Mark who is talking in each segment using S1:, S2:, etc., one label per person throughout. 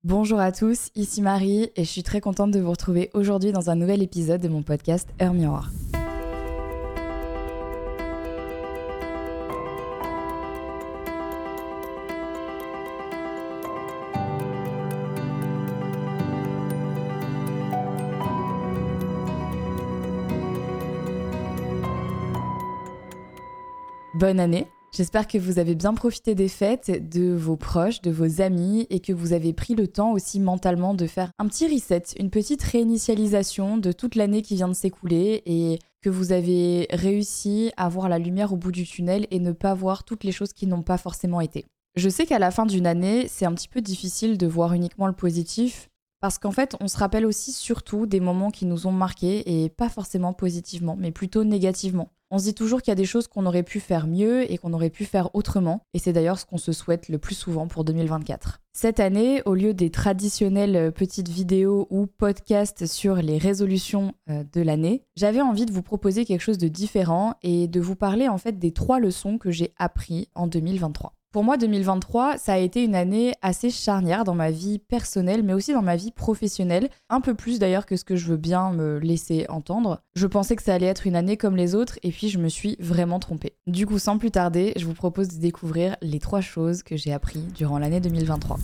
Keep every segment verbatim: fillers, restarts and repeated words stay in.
S1: Bonjour à tous, ici Marie et je suis très contente de vous retrouver aujourd'hui dans un nouvel épisode de mon podcast Heure Miroir. Bonne année! J'espère que vous avez bien profité des fêtes, de vos proches, de vos amis et que vous avez pris le temps aussi mentalement de faire un petit reset, une petite réinitialisation de toute l'année qui vient de s'écouler et que vous avez réussi à voir la lumière au bout du tunnel et ne pas voir toutes les choses qui n'ont pas forcément été. Je sais qu'à la fin d'une année, c'est un petit peu difficile de voir uniquement le positif parce qu'en fait, on se rappelle aussi surtout des moments qui nous ont marqués et pas forcément positivement, mais plutôt négativement. On se dit toujours qu'il y a des choses qu'on aurait pu faire mieux et qu'on aurait pu faire autrement, et c'est d'ailleurs ce qu'on se souhaite le plus souvent pour deux mille vingt-quatre. Cette année, au lieu des traditionnelles petites vidéos ou podcasts sur les résolutions de l'année, j'avais envie de vous proposer quelque chose de différent et de vous parler en fait des trois leçons que j'ai apprises en deux mille vingt-trois. Pour moi, deux mille vingt-trois, ça a été une année assez charnière dans ma vie personnelle, mais aussi dans ma vie professionnelle. Un peu plus d'ailleurs que ce que je veux bien me laisser entendre. Je pensais que ça allait être une année comme les autres, et puis je me suis vraiment trompée. Du coup, sans plus tarder, je vous propose de découvrir les trois choses que j'ai apprises durant l'année deux mille vingt-trois.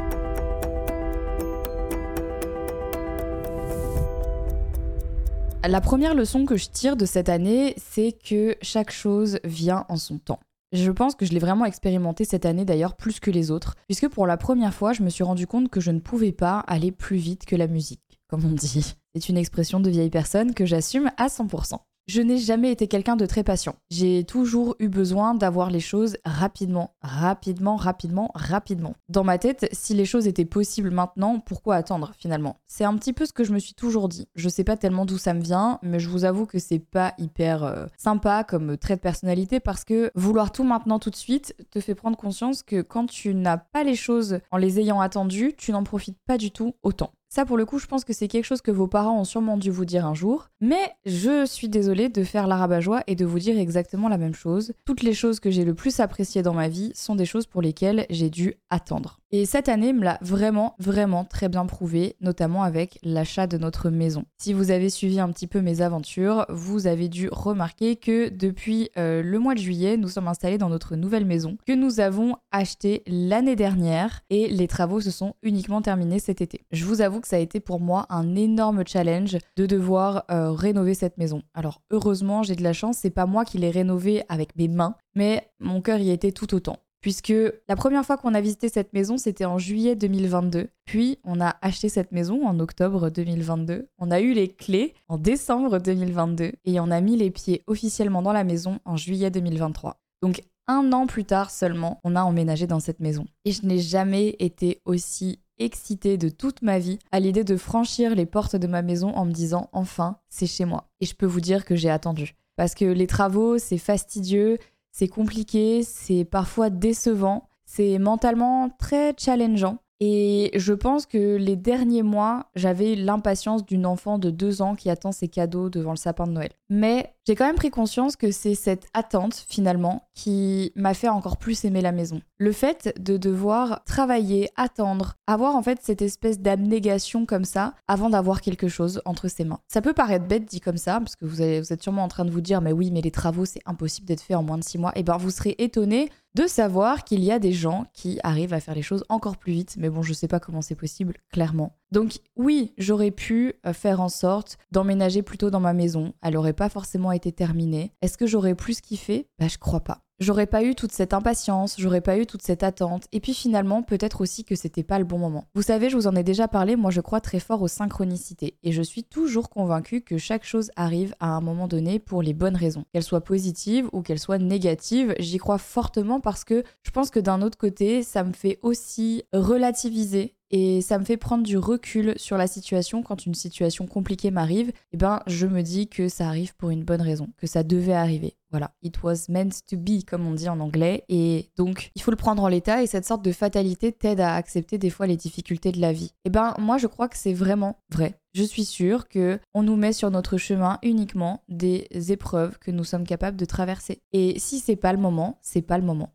S1: La première leçon que je tire de cette année, c'est que chaque chose vient en son temps. Je pense que je l'ai vraiment expérimenté cette année d'ailleurs plus que les autres, puisque pour la première fois, je me suis rendu compte que je ne pouvais pas aller plus vite que la musique, comme on dit. C'est une expression de vieille personne que j'assume à cent pour cent. Je n'ai jamais été quelqu'un de très patient. J'ai toujours eu besoin d'avoir les choses rapidement, rapidement, rapidement, rapidement. Dans ma tête, si les choses étaient possibles maintenant, pourquoi attendre finalement ? C'est un petit peu ce que je me suis toujours dit. Je sais pas tellement d'où ça me vient, mais je vous avoue que c'est pas hyper euh, sympa comme trait de personnalité parce que vouloir tout maintenant tout de suite te fait prendre conscience que quand tu n'as pas les choses en les ayant attendues, tu n'en profites pas du tout autant. Ça, pour le coup, je pense que c'est quelque chose que vos parents ont sûrement dû vous dire un jour. Mais je suis désolée de faire la rabat-joie et de vous dire exactement la même chose. Toutes les choses que j'ai le plus appréciées dans ma vie sont des choses pour lesquelles j'ai dû attendre. Et cette année me l'a vraiment, vraiment très bien prouvé, notamment avec l'achat de notre maison. Si vous avez suivi un petit peu mes aventures, vous avez dû remarquer que depuis euh, le mois de juillet, nous sommes installés dans notre nouvelle maison que nous avons achetée l'année dernière et les travaux se sont uniquement terminés cet été. Je vous avoue que ça a été pour moi un énorme challenge de devoir euh, rénover cette maison. Alors heureusement, j'ai de la chance, c'est pas moi qui l'ai rénovée avec mes mains, mais mon cœur y était tout autant. Puisque la première fois qu'on a visité cette maison, c'était en juillet deux mille vingt-deux. Puis, on a acheté cette maison en octobre deux mille vingt-deux. On a eu les clés en décembre deux mille vingt-deux. Et on a mis les pieds officiellement dans la maison en juillet deux mille vingt-trois. Donc, un an plus tard seulement, on a emménagé dans cette maison. Et je n'ai jamais été aussi excitée de toute ma vie à l'idée de franchir les portes de ma maison en me disant « Enfin, c'est chez moi ». Et je peux vous dire que j'ai attendu. Parce que les travaux, c'est fastidieux, c'est compliqué, c'est parfois décevant, c'est mentalement très challengeant. Et je pense que les derniers mois, j'avais l'impatience d'une enfant de deux ans qui attend ses cadeaux devant le sapin de Noël. Mais j'ai quand même pris conscience que c'est cette attente, finalement, qui m'a fait encore plus aimer la maison. Le fait de devoir travailler, attendre, avoir en fait cette espèce d'abnégation comme ça, avant d'avoir quelque chose entre ses mains. Ça peut paraître bête dit comme ça, parce que vous, avez, vous êtes sûrement en train de vous dire « Mais oui, mais les travaux, c'est impossible d'être fait en moins de six mois. » Et bien, vous serez étonnés de savoir qu'il y a des gens qui arrivent à faire les choses encore plus vite. Mais bon, je sais pas comment c'est possible, clairement. Donc oui, j'aurais pu faire en sorte d'emménager plus tôt dans ma maison. Elle aurait pas forcément été terminée. Est-ce que j'aurais plus kiffé ? Bah je crois pas. J'aurais pas eu toute cette impatience, j'aurais pas eu toute cette attente. Et puis finalement, peut-être aussi que c'était pas le bon moment. Vous savez, je vous en ai déjà parlé, moi je crois très fort aux synchronicités. Et je suis toujours convaincue que chaque chose arrive à un moment donné pour les bonnes raisons. Qu'elle soit positive ou qu'elle soit négative, j'y crois fortement parce que je pense que d'un autre côté, ça me fait aussi relativiser. Et ça me fait prendre du recul sur la situation. Quand une situation compliquée m'arrive, eh ben, je me dis que ça arrive pour une bonne raison, que ça devait arriver. Voilà, it was meant to be, comme on dit en anglais. Et donc, il faut le prendre en l'état et cette sorte de fatalité t'aide à accepter des fois les difficultés de la vie. Eh ben, moi, je crois que c'est vraiment vrai. Je suis sûre qu'on nous met sur notre chemin uniquement des épreuves que nous sommes capables de traverser. Et si c'est pas le moment, c'est pas le moment.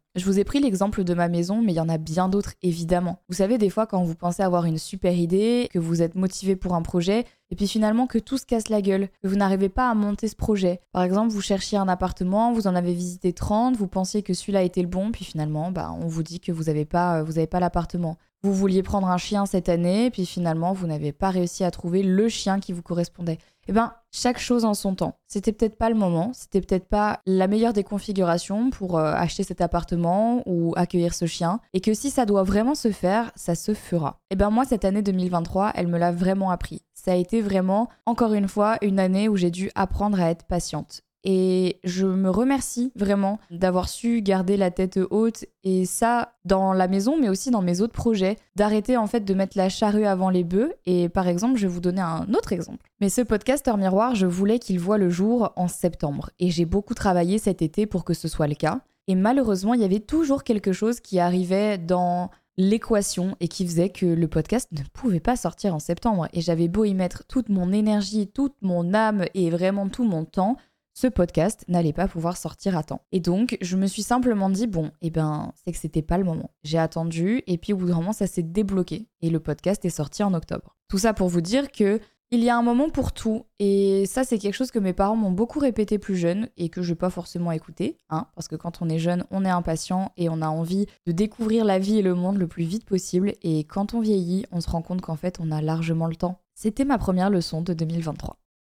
S1: Je vous ai pris l'exemple de ma maison, mais il y en a bien d'autres évidemment. Vous savez, des fois quand vous pensez avoir une super idée, que vous êtes motivé pour un projet, et puis finalement que tout se casse la gueule, que vous n'arrivez pas à monter ce projet. Par exemple, vous cherchiez un appartement, vous en avez visité trente, vous pensiez que celui-là était le bon, puis finalement, bah, on vous dit que vous n'avez pas, vous avez pas l'appartement. Vous vouliez prendre un chien cette année, puis finalement, vous n'avez pas réussi à trouver le chien qui vous correspondait. Eh bien, chaque chose en son temps. C'était peut-être pas le moment, c'était peut-être pas la meilleure des configurations pour euh, acheter cet appartement ou accueillir ce chien, et que si ça doit vraiment se faire, ça se fera. Eh bien moi, cette année deux mille vingt-trois, elle me l'a vraiment appris. Ça a été vraiment, encore une fois, une année où j'ai dû apprendre à être patiente. Et je me remercie vraiment d'avoir su garder la tête haute, et ça dans la maison mais aussi dans mes autres projets, d'arrêter en fait de mettre la charrue avant les bœufs. Et par exemple, je vais vous donner un autre exemple. Mais ce podcast Heure Miroir, je voulais qu'il voie le jour en septembre, et j'ai beaucoup travaillé cet été pour que ce soit le cas. Et malheureusement, il y avait toujours quelque chose qui arrivait dans l'équation et qui faisait que le podcast ne pouvait pas sortir en septembre. Et j'avais beau y mettre toute mon énergie, toute mon âme et vraiment tout mon temps, ce podcast n'allait pas pouvoir sortir à temps. Et donc, je me suis simplement dit, bon, eh ben, c'est que c'était pas le moment. J'ai attendu, et puis au bout d'un moment, ça s'est débloqué. Et le podcast est sorti en octobre. Tout ça pour vous dire que il y a un moment pour tout. Et ça, c'est quelque chose que mes parents m'ont beaucoup répété plus jeune et que je n'ai pas forcément écouté. Hein, parce que quand on est jeune, on est impatient et on a envie de découvrir la vie et le monde le plus vite possible. Et quand on vieillit, on se rend compte qu'en fait, on a largement le temps. C'était ma première leçon de deux mille vingt-trois.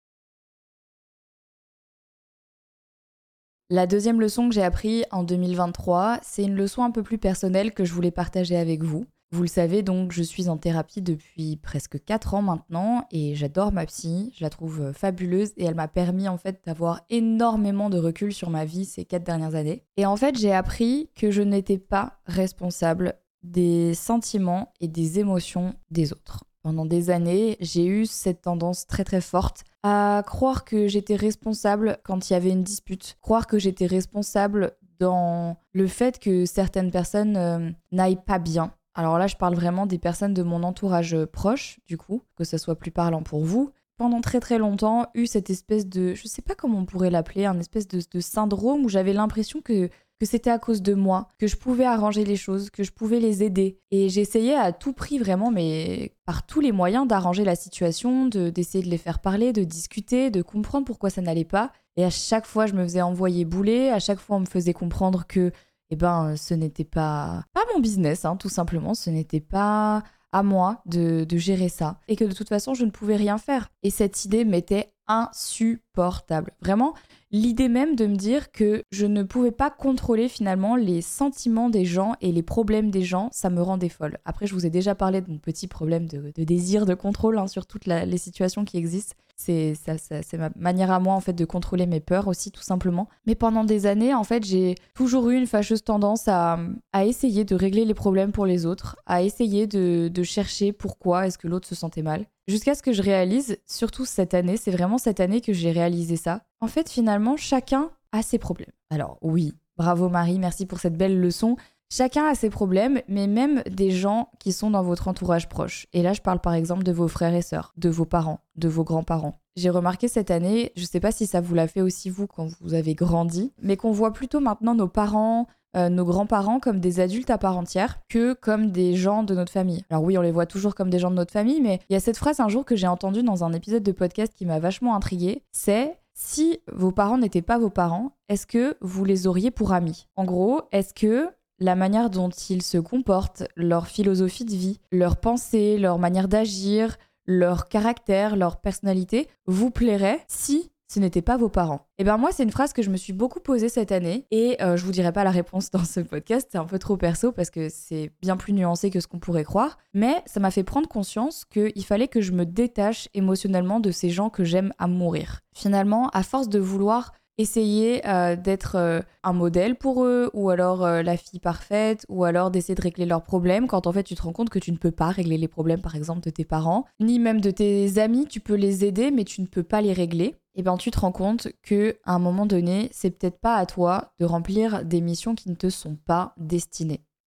S1: La deuxième leçon que j'ai apprise en deux mille vingt-trois, c'est une leçon un peu plus personnelle que je voulais partager avec vous. Vous le savez, donc je suis en thérapie depuis presque quatre ans maintenant et j'adore ma psy, je la trouve fabuleuse et elle m'a permis en fait d'avoir énormément de recul sur ma vie ces quatre dernières années. Et en fait, j'ai appris que je n'étais pas responsable des sentiments et des émotions des autres. Pendant des années, j'ai eu cette tendance très très forte à croire que j'étais responsable quand il y avait une dispute, croire que j'étais responsable dans le fait que certaines personnes euh, n'aillent pas bien. Alors là, je parle vraiment des personnes de mon entourage proche, du coup, que ça soit plus parlant pour vous. Pendant très très longtemps, eu cette espèce de, je sais pas comment on pourrait l'appeler, un espèce de, de syndrome où j'avais l'impression que que c'était à cause de moi, que je pouvais arranger les choses, que je pouvais les aider. Et j'essayais à tout prix vraiment, mais par tous les moyens, d'arranger la situation, de, d'essayer de les faire parler, de discuter, de comprendre pourquoi ça n'allait pas. Et à chaque fois, je me faisais envoyer bouler, à chaque fois, on me faisait comprendre que eh ben, ce n'était pas, pas mon business, hein, tout simplement, ce n'était pas à moi de, de gérer ça. Et que de toute façon, je ne pouvais rien faire. Et cette idée m'était insupportable. Vraiment, l'idée même de me dire que je ne pouvais pas contrôler finalement les sentiments des gens et les problèmes des gens, ça me rendait folle. Après, je vous ai déjà parlé de mon petit problème de, de désir de contrôle hein, sur toutes la, les situations qui existent. C'est, ça, ça, c'est ma manière à moi en fait de contrôler mes peurs aussi tout simplement. Mais pendant des années en fait j'ai toujours eu une fâcheuse tendance à, à essayer de régler les problèmes pour les autres, à essayer de, de chercher pourquoi est-ce que l'autre se sentait mal. Jusqu'à ce que je réalise, surtout cette année, c'est vraiment cette année que j'ai réalisé ça. En fait finalement chacun a ses problèmes. Alors oui, bravo Marie, merci pour cette belle leçon. Chacun a ses problèmes, mais même des gens qui sont dans votre entourage proche. Et là, je parle par exemple de vos frères et sœurs, de vos parents, de vos grands-parents. J'ai remarqué cette année, je sais pas si ça vous l'a fait aussi vous quand vous avez grandi, mais qu'on voit plutôt maintenant nos parents, euh, nos grands-parents comme des adultes à part entière que comme des gens de notre famille. Alors oui, on les voit toujours comme des gens de notre famille, mais il y a cette phrase un jour que j'ai entendue dans un épisode de podcast qui m'a vachement intriguée, c'est « Si vos parents n'étaient pas vos parents, est-ce que vous les auriez pour amis ?» En gros, est-ce que la manière dont ils se comportent, leur philosophie de vie, leurs pensées, leur manière d'agir, leur caractère, leur personnalité vous plairait si ce n'étaient pas vos parents? Et bien moi, c'est une phrase que je me suis beaucoup posée cette année et euh, je vous dirai pas la réponse dans ce podcast, c'est un peu trop perso parce que c'est bien plus nuancé que ce qu'on pourrait croire, mais ça m'a fait prendre conscience qu'il fallait que je me détache émotionnellement de ces gens que j'aime à mourir. Finalement, à force de vouloir essayer euh, d'être euh, un modèle pour eux, ou alors euh, la fille parfaite, ou alors d'essayer de régler leurs problèmes, quand en fait tu te rends compte que tu ne peux pas régler les problèmes par exemple de tes parents, ni même de tes amis, tu peux les aider mais tu ne peux pas les régler. Et bien tu te rends compte qu'à un moment donné, c'est peut-être pas à toi de remplir des missions qui ne te sont pas destinées.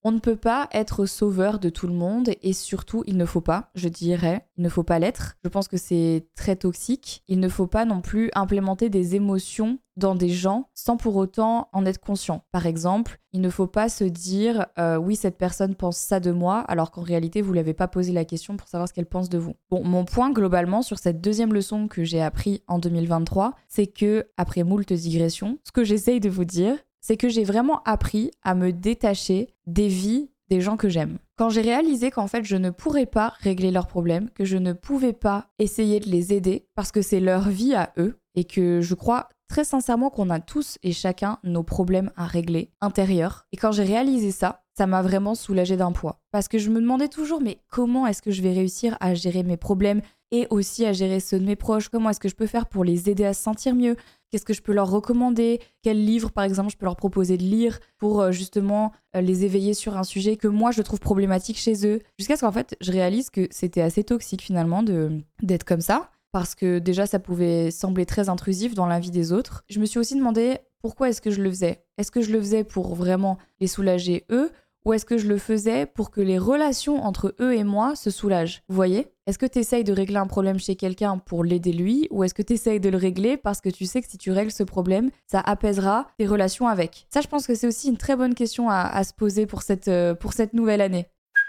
S1: On ne peut pas être sauveur de tout le monde et surtout, il ne faut pas, je dirais, il ne faut pas l'être. Je pense que c'est très toxique. Il ne faut pas non plus implémenter des émotions dans des gens sans pour autant en être conscient. Par exemple, il ne faut pas se dire euh, oui, cette personne pense ça de moi, alors qu'en réalité, vous ne lui avez pas posé la question pour savoir ce qu'elle pense de vous. Bon, mon point globalement sur cette deuxième leçon que j'ai appris en deux mille vingt-trois, c'est que, après moult digressions, ce que j'essaye de vous dire, c'est que j'ai vraiment appris à me détacher des vies des gens que j'aime. Quand j'ai réalisé qu'en fait je ne pourrais pas régler leurs problèmes, que je ne pouvais pas essayer de les aider parce que c'est leur vie à eux et que je crois très sincèrement qu'on a tous et chacun nos problèmes à régler intérieurs. Et quand j'ai réalisé ça, ça m'a vraiment soulagée d'un poids. Parce que je me demandais toujours mais comment est-ce que je vais réussir à gérer mes problèmes et aussi à gérer ceux de mes proches? Comment est-ce que je peux faire pour les aider à se sentir mieux? Qu'est-ce que je peux leur recommander? Quel livre, par exemple, je peux leur proposer de lire pour euh, justement euh, les éveiller sur un sujet que moi, je trouve problématique chez eux? Jusqu'à ce qu'en fait, je réalise que c'était assez toxique finalement de, d'être comme ça. Parce que déjà, ça pouvait sembler très intrusif dans la vie des autres. Je me suis aussi demandé pourquoi est-ce que je le faisais? Est-ce que je le faisais pour vraiment les soulager eux? Ou est-ce que je le faisais pour que les relations entre eux et moi se soulagent? Vous voyez? Est-ce que tu essayes de régler un problème chez quelqu'un pour l'aider lui? Ou est-ce que tu essayes de le régler parce que tu sais que si tu règles ce problème, ça apaisera tes relations avec? Ça, je pense que c'est aussi une très bonne question à, à se poser pour cette, euh, pour cette nouvelle année.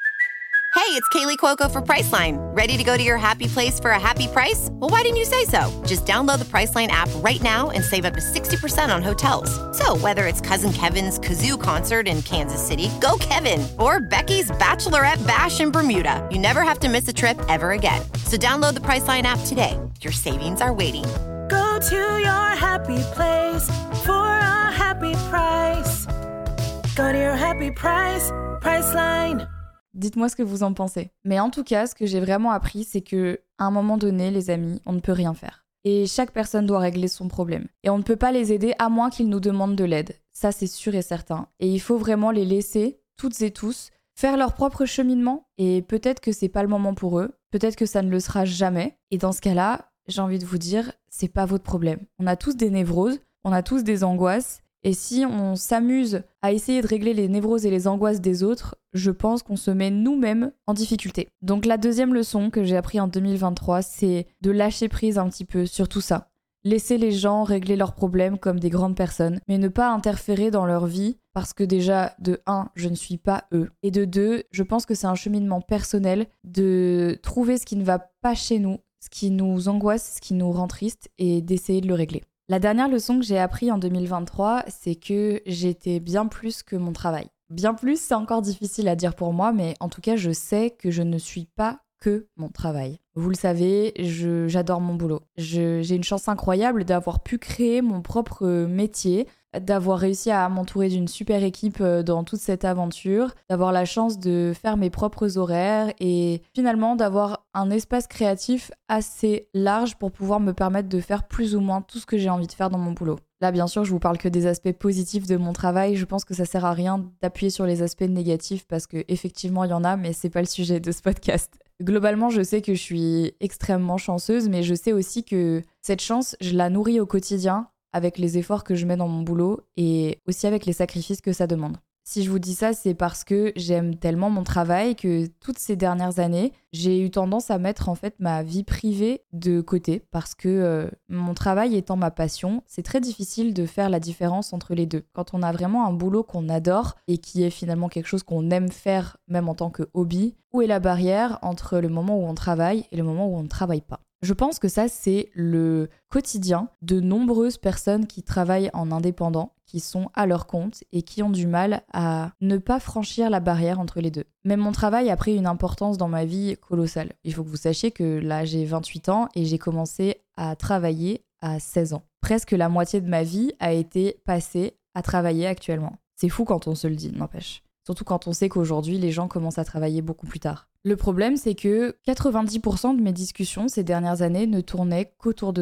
S2: Hey, it's Kaylee Cuoco for Priceline. Ready to go to your happy place for a happy price? Well, why didn't you say so? Just download the Priceline app right now and save up to sixty percent on hotels. So whether it's Cousin Kevin's Kazoo Concert in Kansas City, go Kevin, or Becky's Bachelorette Bash in Bermuda, you never have to miss a trip ever again. So download the Priceline app today. Your savings are waiting.
S3: Go to your happy place for a happy price. Go to your happy price, Priceline.
S1: Dites-moi ce que vous en pensez. Mais en tout cas, ce que j'ai vraiment appris, c'est que à un moment donné, les amis, on ne peut rien faire. Et chaque personne doit régler son problème. Et on ne peut pas les aider à moins qu'ils nous demandent de l'aide. Ça, c'est sûr et certain. Et il faut vraiment les laisser, toutes et tous, faire leur propre cheminement. Et peut-être que c'est pas le moment pour eux. Peut-être que ça ne le sera jamais. Et dans ce cas-là, j'ai envie de vous dire, c'est pas votre problème. On a tous des névroses, on a tous des angoisses. Et si on s'amuse à essayer de régler les névroses et les angoisses des autres, je pense qu'on se met nous-mêmes en difficulté. Donc la deuxième leçon que j'ai appris en deux mille vingt-trois, c'est de lâcher prise un petit peu sur tout ça. Laisser les gens régler leurs problèmes comme des grandes personnes, mais ne pas interférer dans leur vie parce que déjà, de un, je ne suis pas eux. Et de deux, je pense que c'est un cheminement personnel de trouver ce qui ne va pas chez nous, ce qui nous angoisse, ce qui nous rend triste et d'essayer de le régler. La dernière leçon que j'ai appris en deux mille vingt-trois, c'est que j'étais bien plus que mon travail. Bien plus, c'est encore difficile à dire pour moi, mais en tout cas, je sais que je ne suis pas que mon travail. Vous le savez, je, j'adore mon boulot. Je, j'ai une chance incroyable d'avoir pu créer mon propre métier, d'avoir réussi à m'entourer d'une super équipe dans toute cette aventure, d'avoir la chance de faire mes propres horaires et finalement d'avoir un espace créatif assez large pour pouvoir me permettre de faire plus ou moins tout ce que j'ai envie de faire dans mon boulot. Là, bien sûr, je vous parle que des aspects positifs de mon travail. Je pense que ça sert à rien d'appuyer sur les aspects négatifs parce qu'effectivement, il y en a, mais c'est pas le sujet de ce podcast. Globalement, je sais que je suis extrêmement chanceuse, mais je sais aussi que cette chance, je la nourris au quotidien avec les efforts que je mets dans mon boulot et aussi avec les sacrifices que ça demande. Si je vous dis ça, c'est parce que j'aime tellement mon travail que toutes ces dernières années, j'ai eu tendance à mettre en fait ma vie privée de côté parce que euh, mon travail étant ma passion, c'est très difficile de faire la différence entre les deux. Quand on a vraiment un boulot qu'on adore et qui est finalement quelque chose qu'on aime faire même en tant que hobby, où est la barrière entre le moment où on travaille et le moment où on ne travaille pas ? Je pense que ça, c'est le quotidien de nombreuses personnes qui travaillent en indépendant, qui sont à leur compte et qui ont du mal à ne pas franchir la barrière entre les deux. Même mon travail a pris une importance dans ma vie colossale. Il faut que vous sachiez que là, j'ai vingt-huit ans et j'ai commencé à travailler à seize ans. Presque la moitié de ma vie a été passée à travailler actuellement. C'est fou quand on se le dit, n'empêche. Surtout quand on sait qu'aujourd'hui, les gens commencent à travailler beaucoup plus tard. Le problème, c'est que quatre-vingt-dix pour cent de mes discussions ces dernières années ne tournaient qu'autour de ça.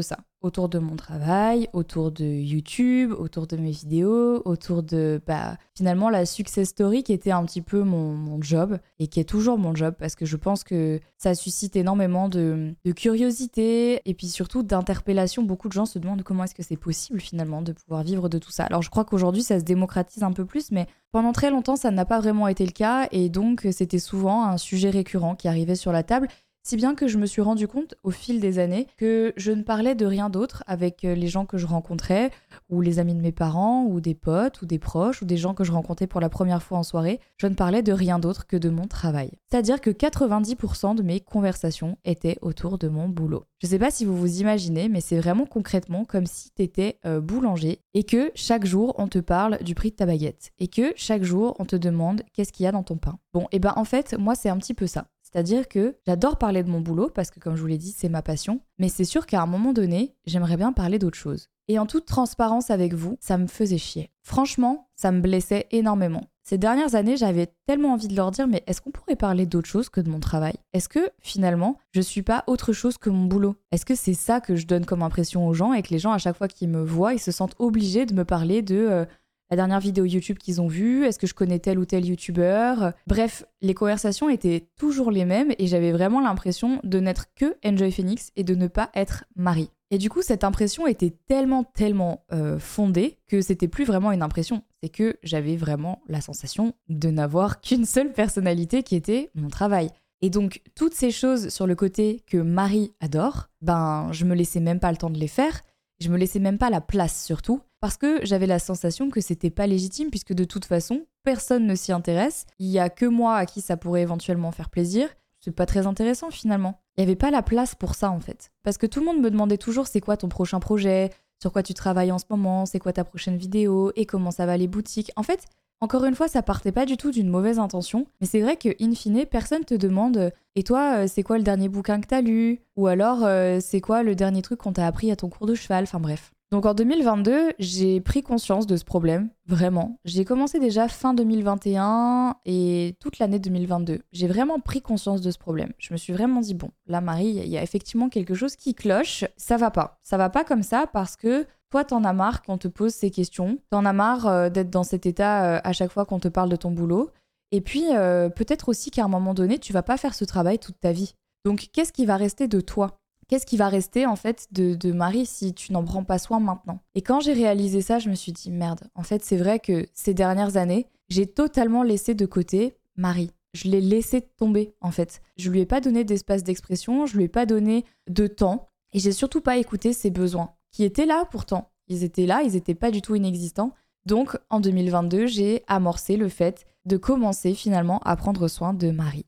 S1: autour de mon travail, autour de YouTube, autour de mes vidéos, autour de bah, finalement la success story qui était un petit peu mon, mon job et qui est toujours mon job parce que je pense que ça suscite énormément de, de curiosité et puis surtout d'interpellation. Beaucoup de gens se demandent comment est-ce que c'est possible finalement de pouvoir vivre de tout ça. Alors je crois qu'aujourd'hui ça se démocratise un peu plus, mais pendant très longtemps ça n'a pas vraiment été le cas et donc c'était souvent un sujet récurrent qui arrivait sur la table. Si bien que je me suis rendu compte au fil des années que je ne parlais de rien d'autre avec les gens que je rencontrais, ou les amis de mes parents, ou des potes, ou des proches, ou des gens que je rencontrais pour la première fois en soirée. Je ne parlais de rien d'autre que de mon travail. C'est-à-dire que quatre-vingt-dix pour cent de mes conversations étaient autour de mon boulot. Je sais pas si vous vous imaginez, mais c'est vraiment concrètement comme si t'étais euh, boulanger et que chaque jour on te parle du prix de ta baguette et que chaque jour on te demande qu'est-ce qu'il y a dans ton pain. Bon, et ben en fait, moi c'est un petit peu ça. C'est-à-dire que j'adore parler de mon boulot parce que, comme je vous l'ai dit, c'est ma passion. Mais c'est sûr qu'à un moment donné, j'aimerais bien parler d'autre chose. Et en toute transparence avec vous, ça me faisait chier. Franchement, ça me blessait énormément. Ces dernières années, j'avais tellement envie de leur dire, mais est-ce qu'on pourrait parler d'autre chose que de mon travail ? Est-ce que, finalement, je suis pas autre chose que mon boulot ? Est-ce que c'est ça que je donne comme impression aux gens et que les gens, à chaque fois qu'ils me voient, ils se sentent obligés de me parler de... Euh, la dernière vidéo YouTube qu'ils ont vue, est-ce que je connais tel ou tel youtubeur ? Bref, les conversations étaient toujours les mêmes et j'avais vraiment l'impression de n'être que Enjoy Phoenix et de ne pas être Marie. Et du coup, cette impression était tellement, tellement euh, fondée que c'était plus vraiment une impression. C'est que j'avais vraiment la sensation de n'avoir qu'une seule personnalité qui était mon travail. Et donc, toutes ces choses sur le côté que Marie adore, ben, je me laissais même pas le temps de les faire. Je me laissais même pas la place surtout, parce que j'avais la sensation que c'était pas légitime, puisque de toute façon, personne ne s'y intéresse. Il y a que moi à qui ça pourrait éventuellement faire plaisir. C'est pas très intéressant finalement. Il y avait pas la place pour ça en fait. Parce que tout le monde me demandait toujours c'est quoi ton prochain projet, sur quoi tu travailles en ce moment, c'est quoi ta prochaine vidéo, et comment ça va les boutiques. En fait, encore une fois, ça partait pas du tout d'une mauvaise intention, mais c'est vrai que in fine, personne te demande « Et toi, c'est quoi le dernier bouquin que t'as lu ?» Ou alors euh, « C'est quoi le dernier truc qu'on t'a appris à ton cours de cheval ?» Enfin bref. Donc en deux mille vingt-deux, j'ai pris conscience de ce problème, vraiment. J'ai commencé déjà fin deux mille vingt et un et toute l'année deux mille vingt-deux. J'ai vraiment pris conscience de ce problème. Je me suis vraiment dit « Bon, là Marie, il y a effectivement quelque chose qui cloche, ça va pas. Ça va pas comme ça parce que... Toi, t'en as marre qu'on te pose ces questions. T'en as marre euh, d'être dans cet état euh, à chaque fois qu'on te parle de ton boulot. Et puis, euh, peut-être aussi qu'à un moment donné, tu vas pas faire ce travail toute ta vie. Donc, qu'est-ce qui va rester de toi ? Qu'est-ce qui va rester, en fait, de, de Marie si tu n'en prends pas soin maintenant ? Et quand j'ai réalisé ça, je me suis dit, merde, en fait, c'est vrai que ces dernières années, j'ai totalement laissé de côté Marie. Je l'ai laissé tomber, en fait. Je lui ai pas donné d'espace d'expression, je lui ai pas donné de temps. Et j'ai surtout pas écouté ses besoins. Qui étaient là pourtant. Ils étaient là, ils n'étaient pas du tout inexistants. Donc, en deux mille vingt-deux, j'ai amorcé le fait de commencer finalement à prendre soin de Marie.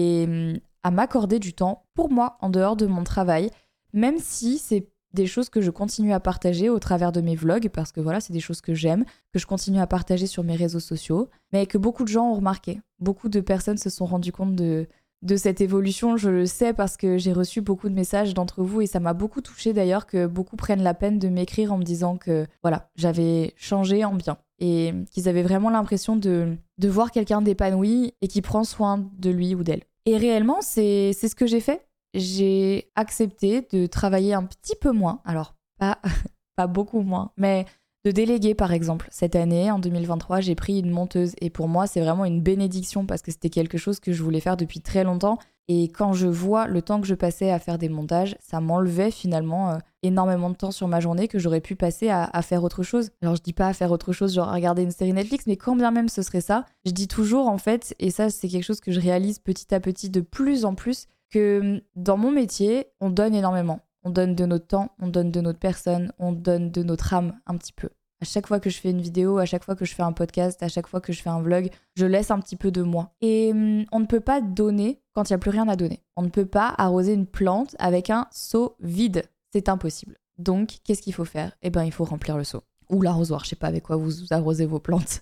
S1: Et à m'accorder du temps pour moi, en dehors de mon travail, même si c'est des choses que je continue à partager au travers de mes vlogs, parce que voilà, c'est des choses que j'aime, que je continue à partager sur mes réseaux sociaux, mais que beaucoup de gens ont remarqué. Beaucoup de personnes se sont rendues compte de... de cette évolution, je le sais parce que j'ai reçu beaucoup de messages d'entre vous et ça m'a beaucoup touchée d'ailleurs que beaucoup prennent la peine de m'écrire en me disant que voilà, j'avais changé en bien et qu'ils avaient vraiment l'impression de, de voir quelqu'un d'épanoui et qui prend soin de lui ou d'elle. Et réellement, c'est, c'est ce que j'ai fait. J'ai accepté de travailler un petit peu moins, alors pas, pas beaucoup moins, mais... de déléguer par exemple. Cette année, en deux mille vingt-trois, j'ai pris une monteuse et pour moi, c'est vraiment une bénédiction parce que c'était quelque chose que je voulais faire depuis très longtemps et quand je vois le temps que je passais à faire des montages, ça m'enlevait finalement euh, énormément de temps sur ma journée que j'aurais pu passer à, à faire autre chose. Alors je dis pas à faire autre chose, genre à regarder une série Netflix, mais quand bien même ce serait ça, je dis toujours en fait, et ça c'est quelque chose que je réalise petit à petit de plus en plus, que dans mon métier, on donne énormément. On donne de notre temps, on donne de notre personne, on donne de notre âme un petit peu. À chaque fois que je fais une vidéo, à chaque fois que je fais un podcast, à chaque fois que je fais un vlog, je laisse un petit peu de moi. Et hum, on ne peut pas donner quand il n'y a plus rien à donner. On ne peut pas arroser une plante avec un seau vide. C'est impossible. Donc, qu'est-ce qu'il faut faire ? Eh bien, il faut remplir le seau. Ou l'arrosoir, je sais pas avec quoi vous arrosez vos plantes.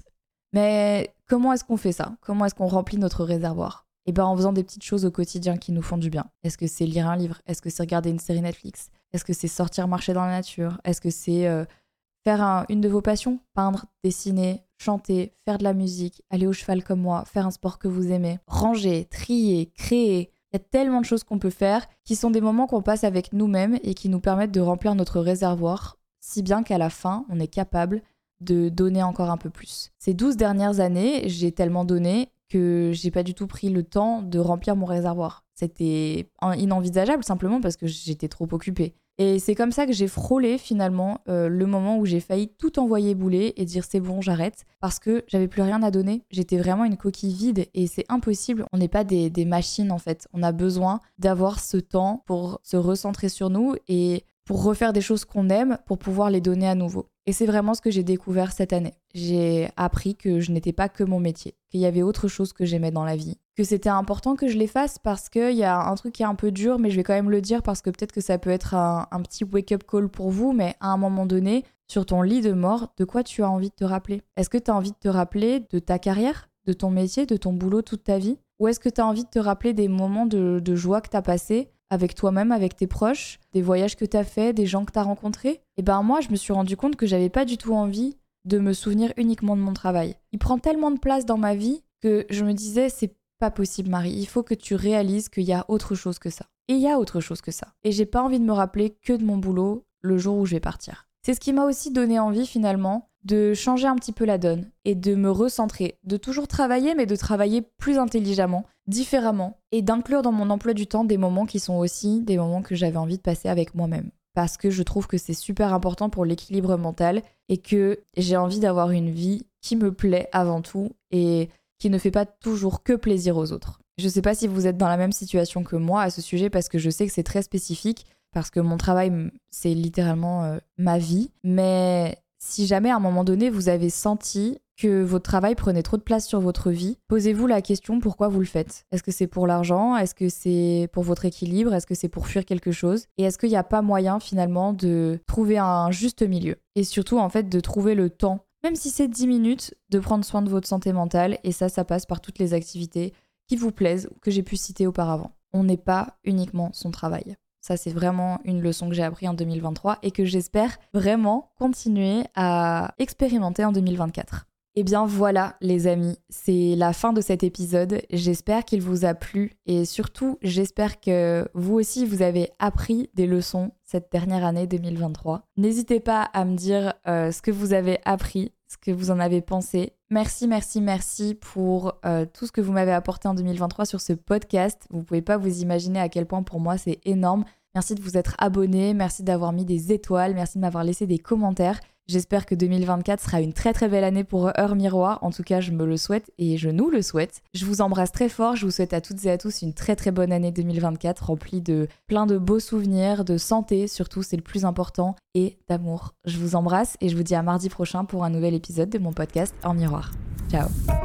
S1: Mais comment est-ce qu'on fait ça ? Comment est-ce qu'on remplit notre réservoir ? Eh bien, en faisant des petites choses au quotidien qui nous font du bien. Est-ce que c'est lire un livre ? Est-ce que c'est regarder une série Netflix ? Est-ce que c'est sortir marcher dans la nature ? Est-ce que c'est euh, faire un, une de vos passions ? Peindre, dessiner, chanter, faire de la musique, aller au cheval comme moi, faire un sport que vous aimez, ranger, trier, créer. Il y a tellement de choses qu'on peut faire qui sont des moments qu'on passe avec nous-mêmes et qui nous permettent de remplir notre réservoir, si bien qu'à la fin, on est capable de donner encore un peu plus. Ces douze dernières années, j'ai tellement donné que j'ai pas du tout pris le temps de remplir mon réservoir. C'était inenvisageable simplement parce que j'étais trop occupée. Et c'est comme ça que j'ai frôlé finalement euh, le moment où j'ai failli tout envoyer bouler et dire c'est bon, j'arrête, parce que j'avais plus rien à donner. J'étais vraiment une coquille vide et c'est impossible. On n'est pas des, des machines en fait. On a besoin d'avoir ce temps pour se recentrer sur nous et pour refaire des choses qu'on aime pour pouvoir les donner à nouveau. Et c'est vraiment ce que j'ai découvert cette année. J'ai appris que je n'étais pas que mon métier, qu'il y avait autre chose que j'aimais dans la vie, que c'était important que je les fasse parce qu'il y a un truc qui est un peu dur, mais je vais quand même le dire parce que peut-être que ça peut être un, un petit wake-up call pour vous, mais à un moment donné, sur ton lit de mort, de quoi tu as envie de te rappeler ? Est-ce que tu as envie de te rappeler de ta carrière, de ton métier, de ton boulot toute ta vie ? Ou est-ce que tu as envie de te rappeler des moments de, de joie que tu as passés avec toi-même, avec tes proches, des voyages que tu as faits, des gens que tu as rencontrés ? Et ben moi, je me suis rendu compte que j'avais pas du tout envie de me souvenir uniquement de mon travail. Il prend tellement de place dans ma vie que je me disais, c'est pas possible Marie, il faut que tu réalises qu'il y a autre chose que ça. Et il y a autre chose que ça. Et j'ai pas envie de me rappeler que de mon boulot le jour où je vais partir. C'est ce qui m'a aussi donné envie finalement de changer un petit peu la donne et de me recentrer, de toujours travailler mais de travailler plus intelligemment, différemment et d'inclure dans mon emploi du temps des moments qui sont aussi des moments que j'avais envie de passer avec moi-même. Parce que je trouve que c'est super important pour l'équilibre mental et que j'ai envie d'avoir une vie qui me plaît avant tout et qui ne fait pas toujours que plaisir aux autres. Je sais pas si vous êtes dans la même situation que moi à ce sujet parce que je sais que c'est très spécifique, parce que mon travail, c'est littéralement euh, ma vie. Mais si jamais à un moment donné, vous avez senti que votre travail prenait trop de place sur votre vie, posez-vous la question pourquoi vous le faites. Est-ce que c'est pour l'argent ? Est-ce que c'est pour votre équilibre ? Est-ce que c'est pour fuir quelque chose ? Et est-ce qu'il n'y a pas moyen finalement de trouver un juste milieu ? Et surtout en fait de trouver le temps, même si c'est dix minutes, de prendre soin de votre santé mentale. Et ça, ça passe par toutes les activités qui vous plaisent ou que j'ai pu citer auparavant. On n'est pas uniquement son travail. Ça, c'est vraiment une leçon que j'ai appris en deux mille vingt-trois et que j'espère vraiment continuer à expérimenter en deux mille vingt-quatre. Eh bien voilà les amis, c'est la fin de cet épisode. J'espère qu'il vous a plu et surtout j'espère que vous aussi vous avez appris des leçons cette dernière année deux mille vingt-trois. N'hésitez pas à me dire euh, ce que vous avez appris, ce que vous en avez pensé. Merci, merci, merci pour euh, tout ce que vous m'avez apporté en deux mille vingt-trois sur ce podcast. Vous pouvez pas vous imaginer à quel point pour moi c'est énorme. Merci de vous être abonné, merci d'avoir mis des étoiles, merci de m'avoir laissé des commentaires. J'espère que deux mille vingt-quatre sera une très très belle année pour Heure Miroir. En tout cas, je me le souhaite et je nous le souhaite. Je vous embrasse très fort. Je vous souhaite à toutes et à tous une très très bonne année deux mille vingt-quatre remplie de plein de beaux souvenirs, de santé surtout, c'est le plus important, et d'amour. Je vous embrasse et je vous dis à mardi prochain pour un nouvel épisode de mon podcast Heure Miroir. Ciao.